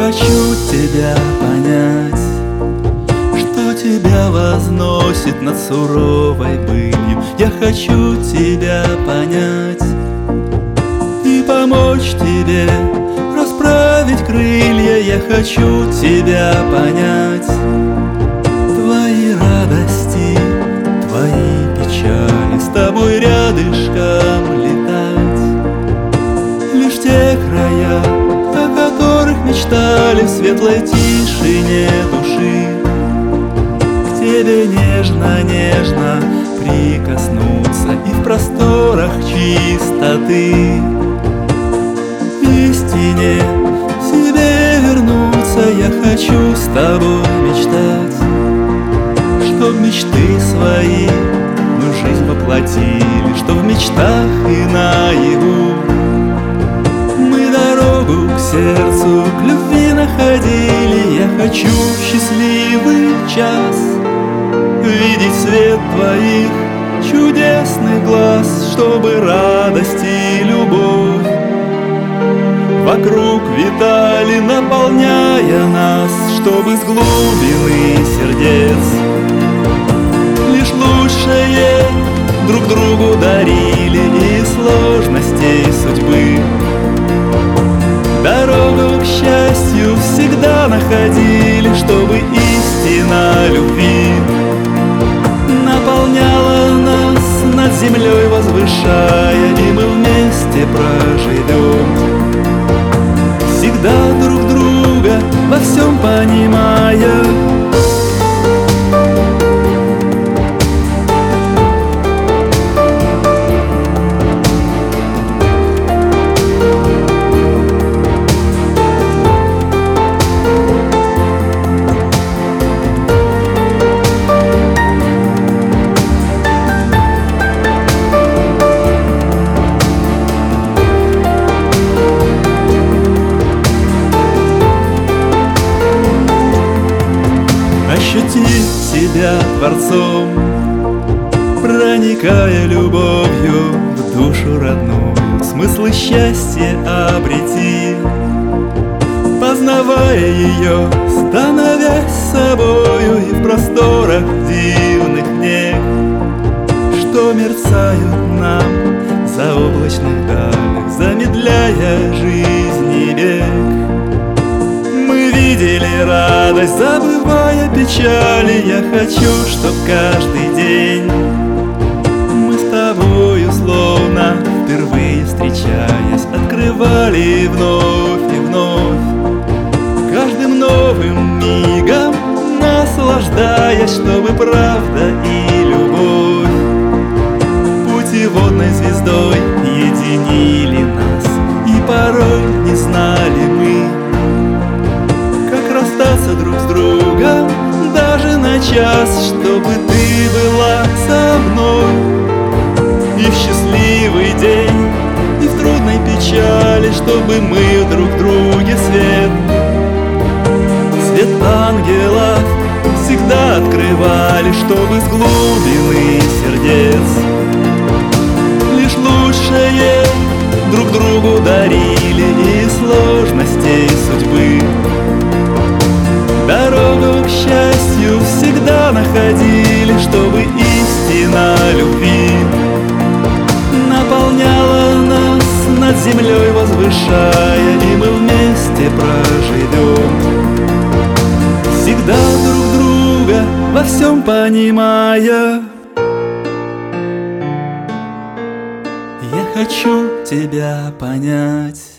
хочу тебя понять, что тебя возносит над суровой былью. Я хочу тебя понять и помочь тебе расправить крылья. Я хочу тебя понять, твои радости, твои печали, с тобой рядышком летать. Лишь те края, о которых мечтали в светлой тишине души, к тебе нежно-нежно прикоснуться и в просторах чистоты истине себе вернуться. Я хочу с тобой мечтать, чтоб мечты свои мы в жизнь воплотили, что в мечтах и наяву мы дорогу к сердцу, к любви находили. Я хочу в счастливый час видеть свет твоих чудесных глаз, чтобы радость и любовь вокруг витали, наполняя нас, чтобы с глубины сердец лишь лучшее друг другу дарили и сложностей судьбы дорогу к счастью всегда находили, чтобы истина любви наполняла нас, над землей возвышая, и мы вместе проживем, всегда друг друга во всем понимая. Ощутить себя творцом, проникая любовью в душу родную, смыслы счастья обрети, познавая ее, становясь собою и в просторах дивных нег, что мерцают нам в заоблачных далях, замедляя жизни бег. Мы видели радость, забывая печали. Я хочу, чтоб каждый день мы с тобою, словно впервые встречаясь, открывали вновь и вновь, каждым новым мигом наслаждаясь, чтобы правда и любовь путеводной звездой единили нас. И порой не знали мы, расстаться друг с другом даже на час, чтобы ты была со мной и в счастливый день, и в трудной печали, чтобы мы друг друге свет ангелов всегда открывали, чтобы с глубины сердец лишь лучшее друг другу дарили и сложностей судьбы дорогу к счастью всегда находили, чтобы истина любви наполняла нас, над землей возвышая, и мы вместе проживем, всегда друг друга во всем понимая. Я хочу тебя понять.